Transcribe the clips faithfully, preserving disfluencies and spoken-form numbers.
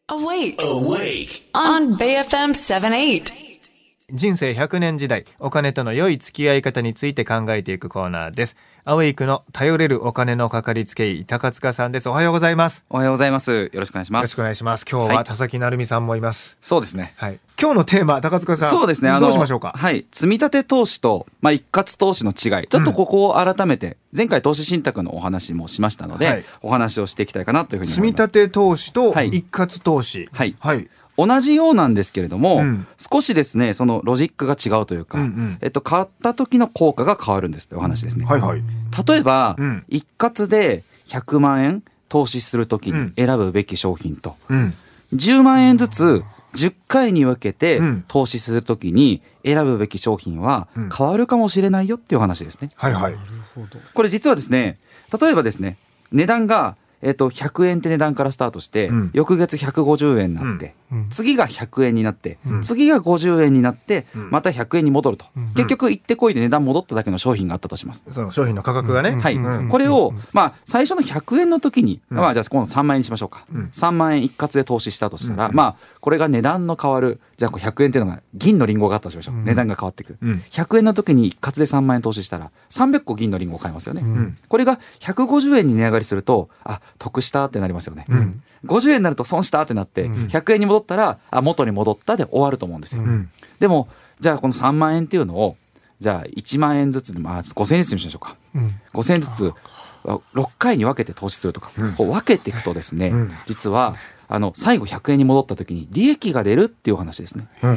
Awake. Awake. On ベイエフエム セブンティーエイト。 人生ひゃくねん時代、お金との良い付き合い方について考えていくコーナーです。アウェイクの頼れるお金のかかりつけ医、高塚さんです。おはようございます。 おはようございます。よろしくお願いします。 よろしくお願いします。今日は田崎成美さんもいます。 そうですね。 はい。今日のテーマ、高塚さん。 そうですね。あのどうしましょうか。 はい。積み立て投資と、まあ、一括投資の違い。ちょっとここを改めて、うん、前回投資信託のお話もしましたので、はい、お話をしていきたいかなというふうに思います。 積み立て投資と一括投資。 はい。 はい。はい、 同じようなんですけれども、うん、少しですね、そのロジックが違うというか、うんうん、えっと、買った時の効果が変わるんですというお話ですね。 はいはい。 例えば、うん、一括でひゃくまんえん投資するときに選ぶべき商品と、うん、じゅうまんえんずつじゅっかいに分けて投資するときに選ぶべき商品は変わるかもしれないよっていう話ですね。 はいはい。 これ実はですね、例えばですね、値段がえー、とひゃくえんって値段からスタートして、うん、翌月ひゃくごじゅうえんになって、うん、次がひゃくえんになって、うん、次がごじゅうえんになって、うん、またひゃくえんに戻ると、うん、結局行ってこいで値段戻っただけの商品があったとします。 その商品の価格がね、 はい、うん、これを、まあ、最初のひゃくえんの時に、うん、まあ、じゃあ今度さんまんえんにしましょうか、うん、さんまんえん一括で投資したとしたら、うん、まあ、これが値段の変わる、じゃあひゃくえんっていうのが銀のリンゴがあったとしましょう、うん、値段が変わってくる、うん、ひゃくえんの時に一括でさんまんえん投資したらさんびゃっこ銀のリンゴを買えますよね、うん、これがひゃくごじゅうえんに値上がりすると、あ、得したってなりますよね、うん、ごじゅうえんになると損したってなって、うん、ひゃくえんに戻ったら、あ、元に戻ったで終わると思うんですよ、うん、でもじゃあこのさんまんえんっていうのをじゃあいちまんえんずつで、まあ、ごせんえんずつにしましょうか、うん、ごせんえんずつろっかいに分けて投資するとか、うん、こう分けていくとですね、うん、実はあの最後ひゃくえんに戻った時に利益が出るっていう話ですね、うん、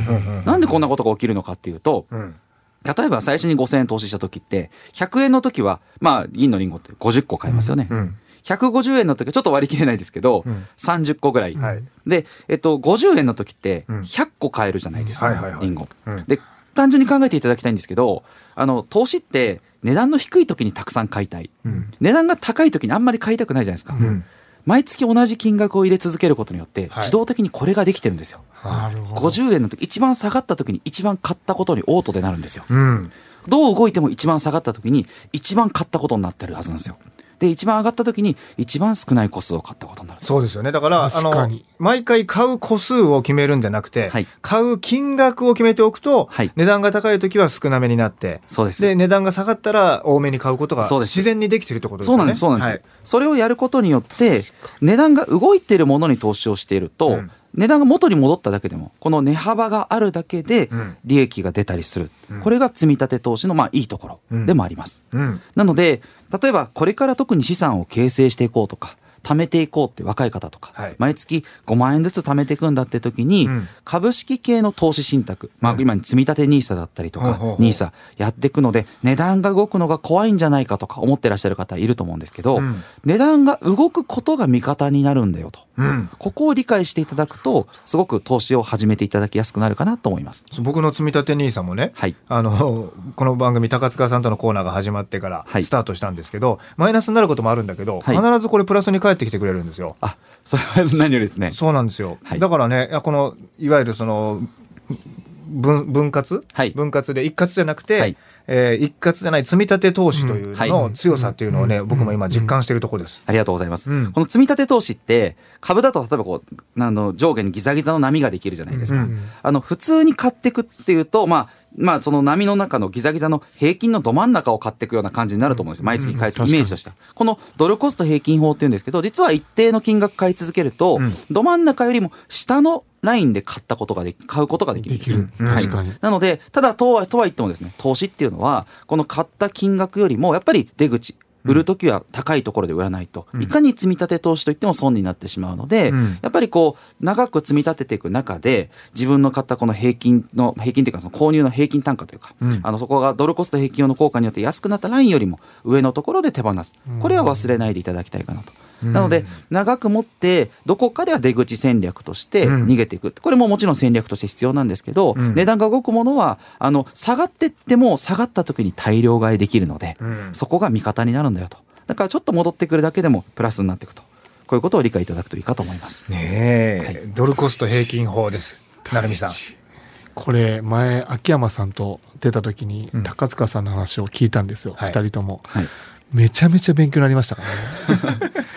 なんでこんなことが起きるのかっていうと、うん、例えば最初にごせんえん投資した時ってひゃくえんの時は、まあ、銀のリンゴってごじゅっこ買えますよね、うんうん、ひゃくごじゅうえんの時はちょっと割り切れないですけど、うん、さんじゅっこぐらい、はい、で、えっと、ごじゅうえんの時ってひゃっこ買えるじゃないですか、うん、はいはいはい、リンゴ、うん、で単純に考えていただきたいんですけど、あの投資って値段の低い時にたくさん買いたい、うん、値段が高い時にあんまり買いたくないじゃないですか、うん、毎月同じ金額を入れ続けることによって自動的にこれができてるんですよ、はい、ごじゅうえんの時一番下がった時に一番買ったことにオートでなるんですよ、うん、どう動いても一番下がった時に一番買ったことになってるはずなんですよ。で一番上がった時に一番少ない個数を買ったことになる。 そうですよね。だからあの毎回買う個数を決めるんじゃなくて、はい、買う金額を決めておくと、はい、値段が高い時は少なめになって、そうです。で値段が下がったら多めに買うことが自然にできているってことですよね。 そうなんです、そうなんです、はい、それをやることによって値段が動いているものに投資をしていると、うん、値段が元に戻っただけでもこの値幅があるだけで利益が出たりする、うん、これが積み立て投資のまあいいところでもあります、うんうん、なので例えばこれから特に資産を形成していこうとか貯めていこうって若い方とか、はい、毎月ごまんえんずつ貯めていくんだって時に、うん、株式系の投資信託、まあ、今に積み立てニーサだったりとか、うん、ニーサやっていくので値段が動くのが怖いんじゃないかとか思ってらっしゃる方いると思うんですけど、うん、値段が動くことが味方になるんだよと、うん、ここを理解していただくとすごく投資を始めていただきやすくなるかなと思います。 僕の積み立てニーサもね、はい、あのこの番組高塚さんとのコーナーが始まってからスタートしたんですけど、はい、マイナスになることもあるんだけど、はい、必ずこれプラスに返ってきてくれるんですよ。 あ、それは何よりですね。 そうなんですよ、はい、だからね、このいわゆるその分, 分割、はい、分割で一括じゃなくて、はい、えー、一括じゃない積み立て投資というのの強さっていうのをね、うん、僕も今実感しているところです、 うん、ありがとうございます、うん、この積み立て投資って株だと例えばこうあの上下にギザギザの波ができるじゃないですか、うん、あの普通に買っていくっていうとまあまあその波の中のギザギザの平均のど真ん中を買っていくような感じになると思うんですよ。毎月買い続けるイメージとしたこのドルコスト平均法っていうんですけど、実は一定の金額買い続けると、うん、ど真ん中よりも下のラインで買ったことがで買うことができる。できる、確かに、はい、なのでただとはとは言ってもですね、投資っていうのはこの買った金額よりもやっぱり出口売るときは高いところで売らないと、うん、いかに積み立て投資といっても損になってしまうので、うん、やっぱりこう長く積み立てていく中で自分の買ったこの平均の平均というかその購入の平均単価というか、うん、あのそこがドルコスト平均用の効果によって安くなったラインよりも上のところで手放す、これは忘れないでいただきたいかなと。なので長く持ってどこかでは出口戦略として逃げていく、これももちろん戦略として必要なんですけど、値段が動くものはあの下がっていっても下がった時に大量買いできるので、そこが味方になるんだよと。だからちょっと戻ってくるだけでもプラスになっていくと、こういうことを理解いただくといいかと思いますねえ、はい、ドルコスト平均法です。成美さん、 これ前秋山さんと出た時に高塚さんの話を聞いたんですよ、うん、ふたりとも、はい、めちゃめちゃ勉強になりましたからね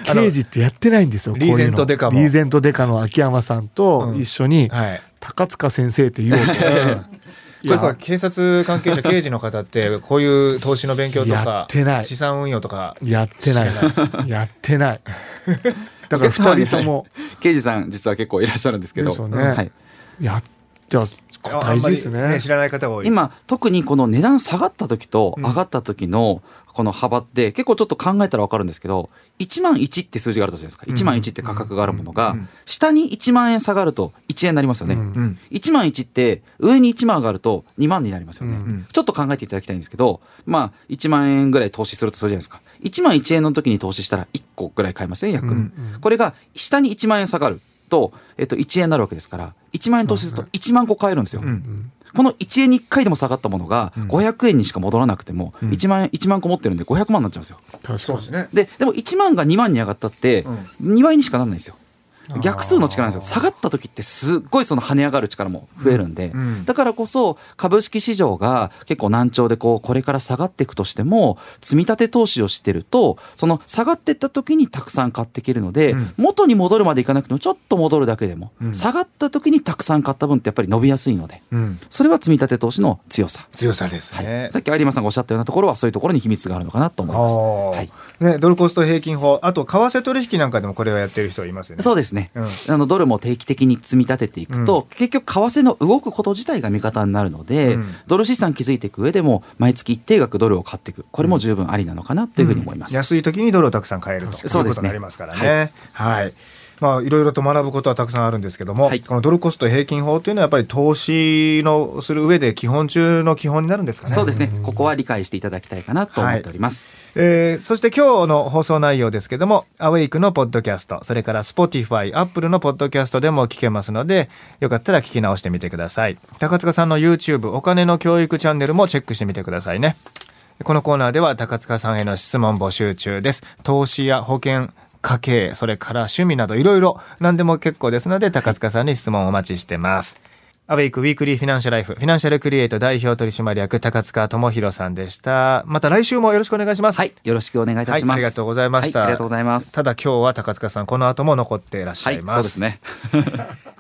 刑事ってやってないんですよ。 リーゼントデカもリーゼントデカの秋山さんと一緒に、うんはい、高塚先生って言おうと、 これから警察関係者刑事の方ってこういう投資の勉強とか資産運用とかやってないですやってないだからふたりとも刑事さん実は結構いらっしゃるんですけどですよね、はい、やじゃあ大事ですね。 ね知らない方が多いです。 今特にこの値段下がった時と上がった時のこの幅って結構ちょっと考えたら分かるんですけど、いちまんいちって数字があるとするじゃないですか。いちまんいちって価格があるものが下にいちまんえん下がるといちえんになりますよね、うん、いちまんいちって上にいちまん上がるとにまんになりますよね、うん、ちょっと考えていただきたいんですけど、まあいちまんえんぐらい投資するとするじゃないですか。いちまんいちえんの時に投資したらいっこぐらい買えますね約、うん、これが下にいちまんえん下がると、えっと、いちえんになるわけですからいちまんえん投資するといちまんこ買えるんですよ、うんうん、このいちえんにいっかいでも下がったものがごひゃくえんにしか戻らなくてもいちまんえん、いちまんこ持ってるんでごひゃくまんになっちゃうんですよ。 そうですね。 で、でもいちまんがにまんに上がったってにばいにしかならないんですよ。逆数の力なんですよ。下がった時ってすっごいその跳ね上がる力も増えるんで、うんうん、だからこそ株式市場が結構難聴でこうこれから下がっていくとしても積み立て投資をしてるとその下がっていった時にたくさん買っていけるので、うん、元に戻るまでいかなくてもちょっと戻るだけでも、うん、下がった時にたくさん買った分ってやっぱり伸びやすいので、うん、それは積み立て投資の強さ強さですね、 はい、さっき有馬さんがおっしゃったようなところはそういうところに秘密があるのかなと思います、はいね、ドルコスト平均法あと為替取引なんかでもこれをやってる人いますよね。 そうですね、うん、あのドルも定期的に積み立てていくと、うん、結局為替の動くこと自体が味方になるので、うん、ドル資産築いていく上でも毎月一定額ドルを買っていくこれも十分ありなのかなというふうに思います、 うん、安い時にドルをたくさん買えるということになりますからね。はい、はいまあ、いろいろと学ぶことはたくさんあるんですけども、はい、このドルコスト平均法というのはやっぱり投資のする上で基本中の基本になるんですかね。 そうですね。ここは理解していただきたいかなと思っております、 はいえー、そして今日の放送内容ですけどもアウェイクのポッドキャストそれから Spotify、Apple のポッドキャストでも聞けますのでよかったら聞き直してみてください。高塚さんの YouTube お金の教育チャンネルもチェックしてみてくださいね。このコーナーでは高塚さんへの質問募集中です。投資や保険家計それから趣味などいろいろ何でも結構ですので高塚さんに質問をお待ちしてます。アウェイクウィークリーフィナンシャルライフフィナンシャルクリエイト代表取締役高塚智博さんでした。また来週もよろしくお願いします。 はい、よろしくお願いいたします、 はい、ありがとうございました、 はい、ありがとうございます。 ただ今日は高塚さんこの後も残っていらっしゃいます、 はい、そうですね